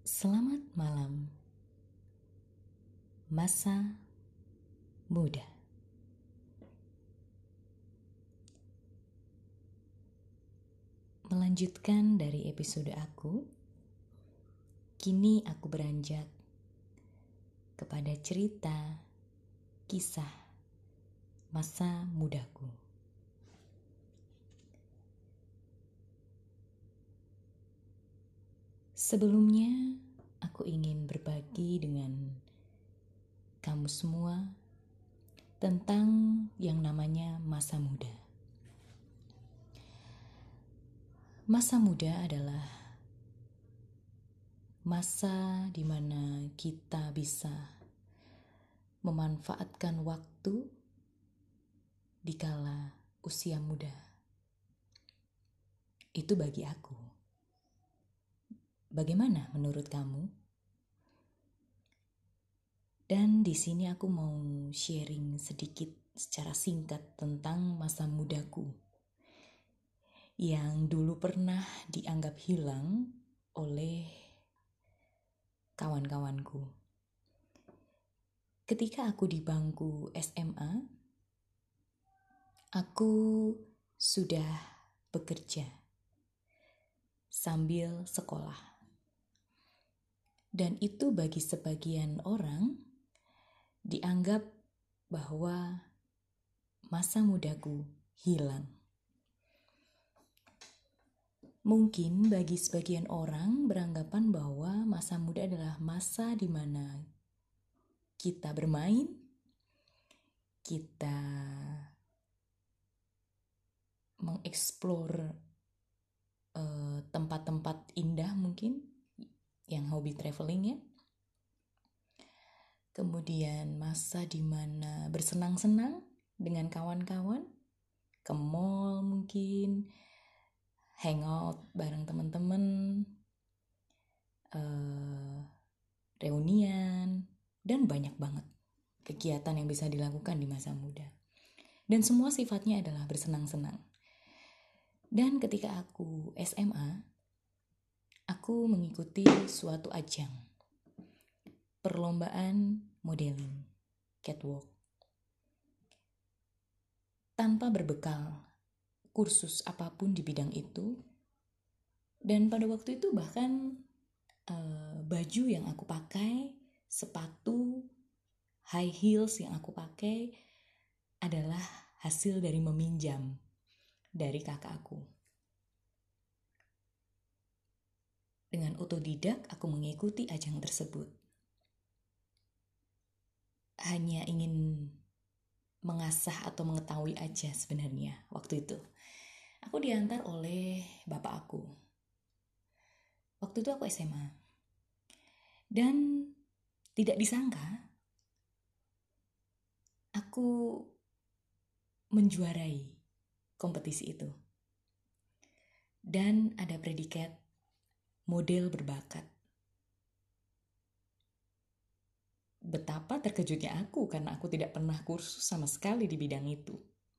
Selamat malam, masa muda. Melanjutkan dari episode aku, kini aku beranjak kepada cerita kisah masa mudaku. Sebelumnya, aku ingin berbagi dengan kamu semua tentang yang namanya masa muda. Masa muda adalah masa di mana kita bisa memanfaatkan waktu dikala usia muda. Itu bagi aku. Bagaimana menurut kamu? Dan di sini aku mau sharing sedikit secara singkat tentang masa mudaku yang dulu pernah dianggap hilang oleh kawan-kawanku. Ketika aku di bangku SMA, aku sudah bekerja sambil sekolah. Dan itu bagi sebagian orang dianggap bahwa masa mudaku hilang. Mungkin bagi sebagian orang beranggapan bahwa masa muda adalah masa di mana kita bermain, kita mengeksplor tempat-tempat indah mungkin, yang hobi traveling ya. Kemudian masa di mana bersenang-senang dengan kawan-kawan, ke mall mungkin, hangout bareng teman-teman, reunian, dan banyak banget kegiatan yang bisa dilakukan di masa muda. Dan semua sifatnya adalah bersenang-senang. Dan ketika aku SMA, aku mengikuti suatu ajang perlombaan modeling, catwalk. Tanpa berbekal kursus apapun di bidang itu, dan pada waktu itu bahkan baju yang aku pakai, sepatu, high heels yang aku pakai adalah hasil dari meminjam dari kakak aku. Dengan otodidak aku mengikuti ajang tersebut. Hanya ingin mengasah atau mengetahui aja sebenarnya waktu itu. Aku diantar oleh bapak aku. Waktu itu aku SMA. Dan tidak disangka aku menjuarai kompetisi itu. Dan ada predikat model berbakat. Betapa terkejutnya aku karena aku tidak pernah kursus sama sekali di bidang itu.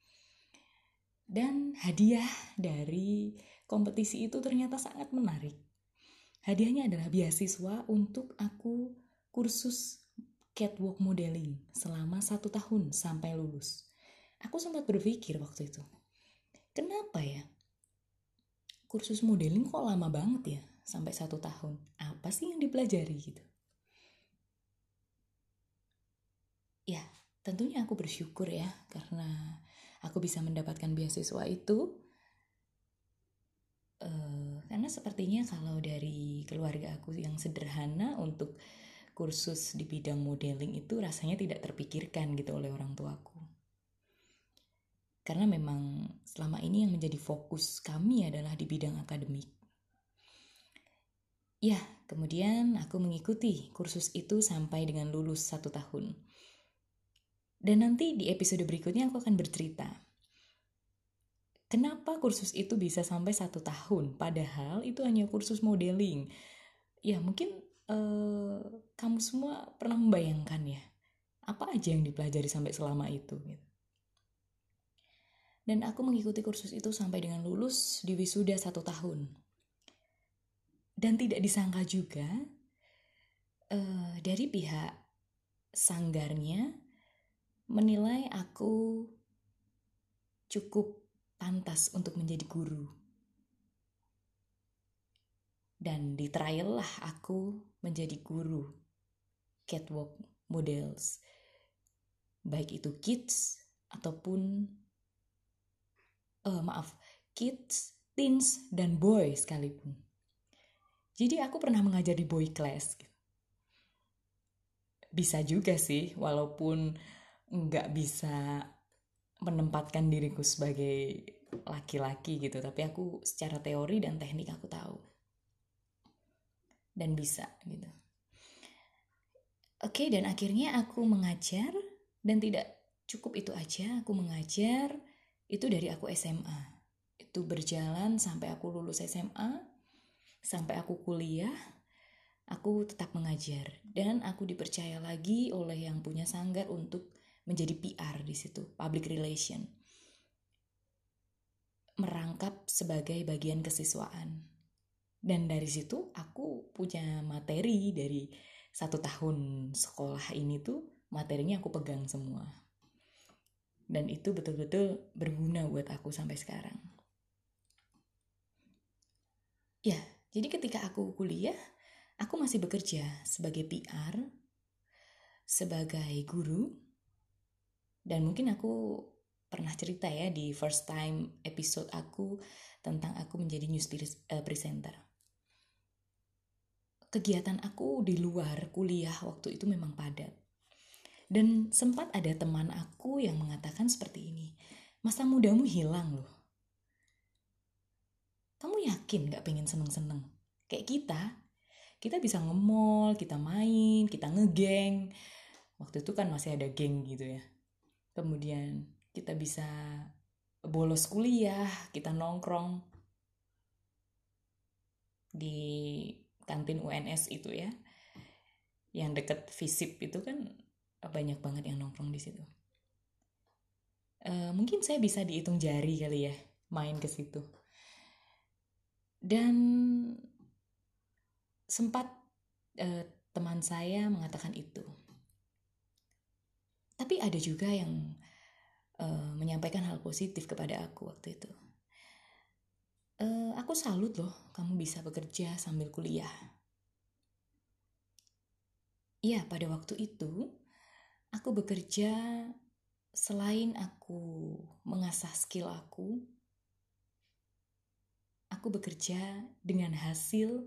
Dan hadiah dari kompetisi itu ternyata sangat menarik. Hadiahnya adalah beasiswa untuk aku kursus catwalk modeling selama 1 tahun sampai lulus. Aku sempat berpikir waktu itu, kenapa ya kursus modeling kok lama banget ya sampai 1 tahun? Apa sih yang dipelajari gitu? Ya, tentunya aku bersyukur ya karena aku bisa mendapatkan beasiswa itu. Karena sepertinya kalau dari keluarga aku yang sederhana untuk kursus di bidang modeling itu rasanya tidak terpikirkan gitu oleh orang tuaku. Karena memang selama ini yang menjadi fokus kami adalah di bidang akademik. Ya, kemudian aku mengikuti kursus itu sampai dengan lulus 1 tahun. Dan nanti di episode berikutnya aku akan bercerita kenapa kursus itu bisa sampai 1 tahun, padahal itu hanya kursus modeling. Ya mungkin kamu semua pernah membayangkan ya, apa aja yang dipelajari sampai selama itu gitu. Dan aku mengikuti kursus itu sampai dengan lulus di wisuda 1 tahun. Dan tidak disangka juga, dari pihak sanggarnya menilai aku cukup pantas untuk menjadi guru. Dan di trial lah aku menjadi guru catwalk models. Baik itu kids ataupun kids, teens, dan boy sekalipun. Jadi aku pernah mengajar di boy class. Bisa juga sih, walaupun nggak bisa menempatkan diriku sebagai laki-laki gitu, tapi aku secara teori dan teknik aku tahu dan bisa gitu. Oke, dan akhirnya aku mengajar, dan tidak cukup itu aja, aku mengajar itu dari aku SMA. Itu berjalan sampai aku lulus SMA, sampai aku kuliah, aku tetap mengajar. Dan aku dipercaya lagi oleh yang punya sanggar untuk menjadi PR di situ, public relation. Merangkap sebagai bagian kesiswaan. Dan dari situ aku punya materi dari 1 tahun sekolah ini tuh, materinya aku pegang semua. Dan itu betul-betul berguna buat aku sampai sekarang. Ya, jadi ketika aku kuliah, aku masih bekerja sebagai PR, sebagai guru, dan mungkin aku pernah cerita ya di first time episode aku tentang aku menjadi news presenter. Kegiatan aku di luar kuliah waktu itu memang padat. Dan sempat ada teman aku yang mengatakan seperti ini, masa mudamu hilang loh. Kamu yakin gak pengen seneng-seneng? Kayak kita bisa nge-mall, kita main, kita ngegeng. Waktu itu kan masih ada geng gitu ya. Kemudian kita bisa bolos kuliah, kita nongkrong di kantin UNS itu ya. Yang deket FISIP itu kan banyak banget yang nongkrong di situ. Mungkin saya bisa dihitung jari kali ya main ke situ. Dan sempat teman saya mengatakan itu. Tapi ada juga yang menyampaikan hal positif kepada aku waktu itu. Aku salut loh, kamu bisa bekerja sambil kuliah. Iya, pada waktu itu aku bekerja selain aku mengasah skill aku bekerja dengan hasil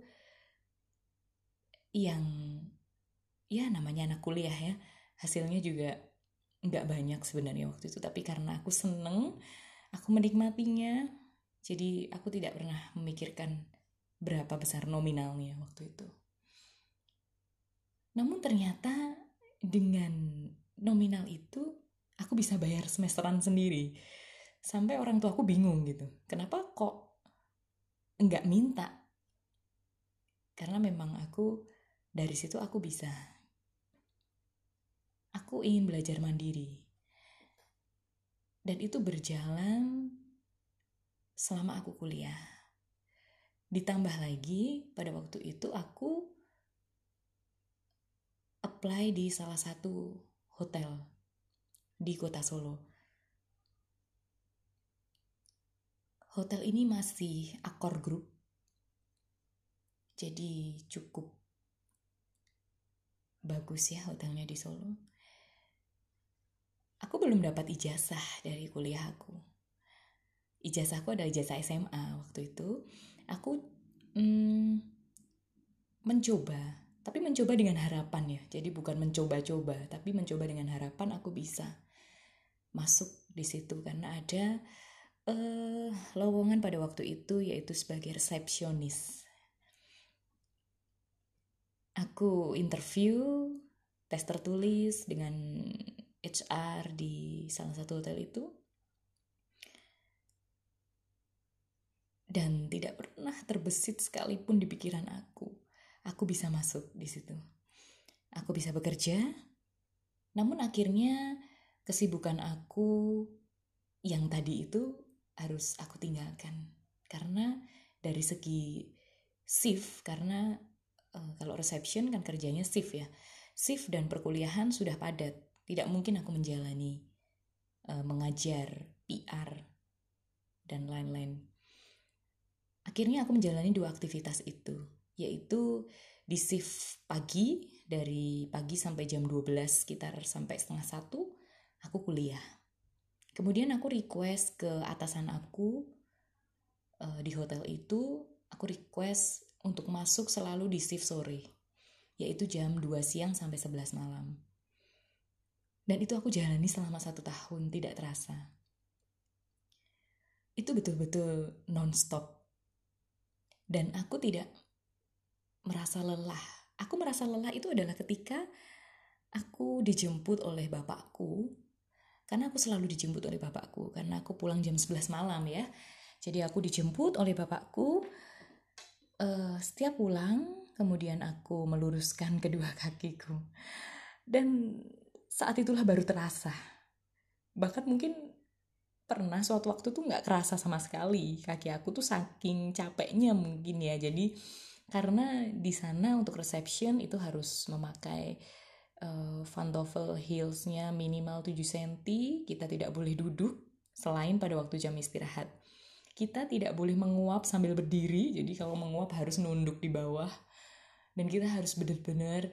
yang ya namanya anak kuliah ya, hasilnya juga nggak banyak sebenarnya waktu itu, tapi karena aku seneng, aku menikmatinya, jadi aku tidak pernah memikirkan berapa besar nominalnya waktu itu. Namun ternyata dengan nominal itu aku bisa bayar semesteran sendiri. Sampai orang tua aku bingung gitu, kenapa kok nggak minta? Karena memang aku dari situ aku bisa. Aku ingin belajar mandiri. Dan itu berjalan selama aku kuliah. Ditambah lagi pada waktu itu aku apply di salah satu hotel di kota Solo. Hotel ini masih Accor Group. Jadi cukup bagus ya hotelnya di Solo. Aku belum dapat ijazah dari kuliah aku. Ijazahku adalah ijazah SMA waktu itu. Aku mencoba, tapi mencoba dengan harapan ya. Jadi bukan mencoba-coba, tapi mencoba dengan harapan aku bisa masuk di situ karena ada lowongan pada waktu itu yaitu sebagai resepsionis. Aku interview, tes tertulis dengan HR di salah satu hotel itu. Dan tidak pernah terbesit sekalipun di pikiran aku bisa masuk di situ. Aku bisa bekerja, namun akhirnya kesibukan aku yang tadi itu harus aku tinggalkan. Karena dari segi shift, karena Kalau reception kan kerjanya shift ya. Shift dan perkuliahan sudah padat. Tidak mungkin aku menjalani mengajar, PR, dan lain-lain. Akhirnya aku menjalani 2 aktivitas itu, yaitu di shift pagi, dari pagi sampai jam 12, sekitar sampai setengah 1, aku kuliah. Kemudian aku request ke atasan aku di hotel itu, aku request untuk masuk selalu di shift sore, yaitu jam 2 siang sampai 11 malam. Dan itu aku jalani selama 1 tahun, tidak terasa. Itu betul-betul non-stop. Dan aku tidak merasa lelah. Aku merasa lelah itu adalah ketika aku dijemput oleh bapakku. Karena aku selalu dijemput oleh bapakku, karena aku pulang jam 11 malam ya. Jadi aku dijemput oleh bapakku. Setiap pulang, kemudian aku meluruskan kedua kakiku. Dan saat itulah baru terasa. Bahkan mungkin pernah suatu waktu tuh gak kerasa sama sekali. Kaki aku tuh saking capeknya mungkin ya. Jadi karena di sana untuk reception itu harus memakai pantofel heelsnya minimal 7 cm. Kita tidak boleh duduk selain pada waktu jam istirahat. Kita tidak boleh menguap sambil berdiri. Jadi kalau menguap harus nunduk di bawah. Dan kita harus benar-benar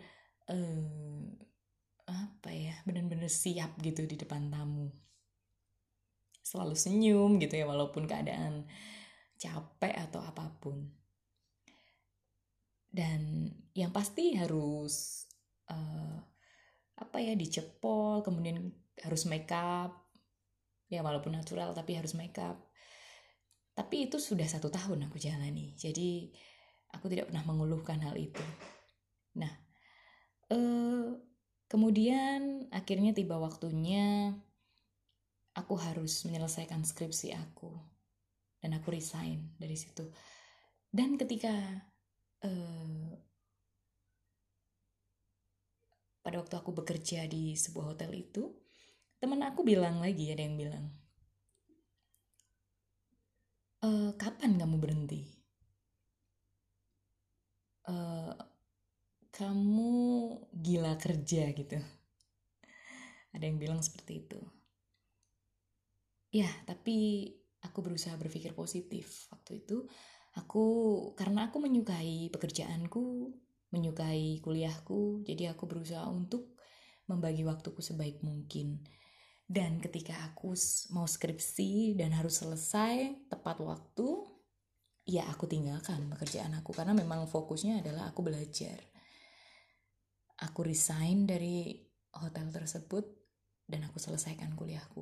benar-benar siap gitu di depan tamu. Selalu senyum gitu ya, walaupun keadaan capek atau apapun. Dan yang pasti harus dicepol, kemudian harus make up. Ya walaupun natural tapi harus make up. Tapi itu sudah 1 tahun aku jalani. Jadi aku tidak pernah mengeluhkan hal itu. Nah, kemudian akhirnya tiba waktunya aku harus menyelesaikan skripsi aku. Dan aku resign dari situ. Dan ketika pada waktu aku bekerja di sebuah hotel itu, teman aku bilang lagi, ada yang bilang, kapan kamu berhenti? Kamu gila kerja gitu. Ada yang bilang seperti itu. Ya, tapi aku berusaha berpikir positif waktu itu. Karena aku menyukai pekerjaanku, menyukai kuliahku, jadi aku berusaha untuk membagi waktuku sebaik mungkin. Dan ketika aku mau skripsi dan harus selesai tepat waktu, ya aku tinggalkan pekerjaan aku karena memang fokusnya adalah aku belajar. Aku resign dari hotel tersebut dan aku selesaikan kuliahku.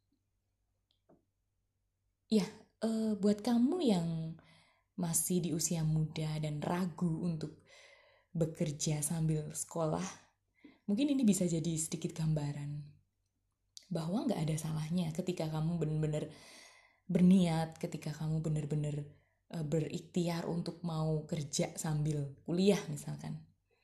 Ya, buat kamu yang masih di usia muda dan ragu untuk bekerja sambil sekolah, mungkin ini bisa jadi sedikit gambaran bahwa gak ada salahnya ketika kamu benar-benar berniat, ketika kamu benar-benar berikhtiar untuk mau kerja sambil kuliah misalkan.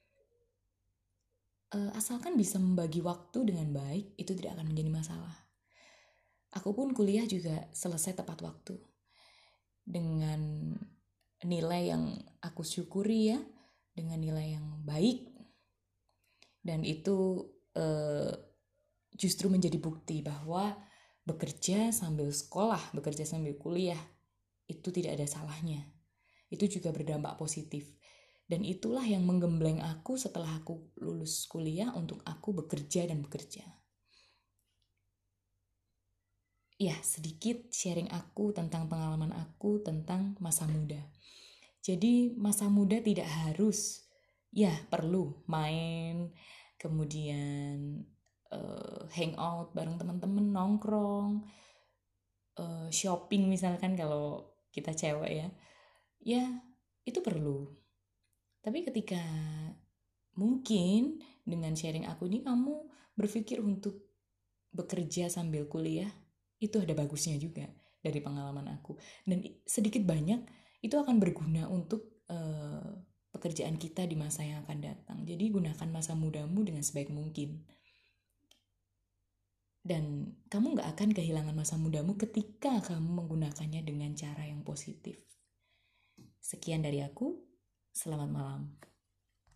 Asalkan bisa membagi waktu dengan baik, itu tidak akan menjadi masalah. Aku pun kuliah juga selesai tepat waktu. Dengan nilai yang aku syukuri ya, dengan nilai yang baik. Dan itu justru menjadi bukti bahwa bekerja sambil sekolah, bekerja sambil kuliah, itu tidak ada salahnya. Itu juga berdampak positif. Dan itulah yang menggembleng aku setelah aku lulus kuliah untuk aku bekerja dan bekerja. Ya, sedikit sharing aku tentang pengalaman aku tentang masa muda. Jadi masa muda tidak harus, ya perlu main, kemudian hangout bareng teman-teman, nongkrong, shopping misalkan kalau kita cewek ya. Ya, itu perlu. Tapi ketika mungkin dengan sharing aku ini kamu berpikir untuk bekerja sambil kuliah, itu ada bagusnya juga dari pengalaman aku. Dan sedikit banyak itu akan berguna untuk pekerjaan kita di masa yang akan datang. Jadi gunakan masa mudamu dengan sebaik mungkin. Dan kamu gak akan kehilangan masa mudamu ketika kamu menggunakannya dengan cara yang positif. Sekian dari aku, selamat malam.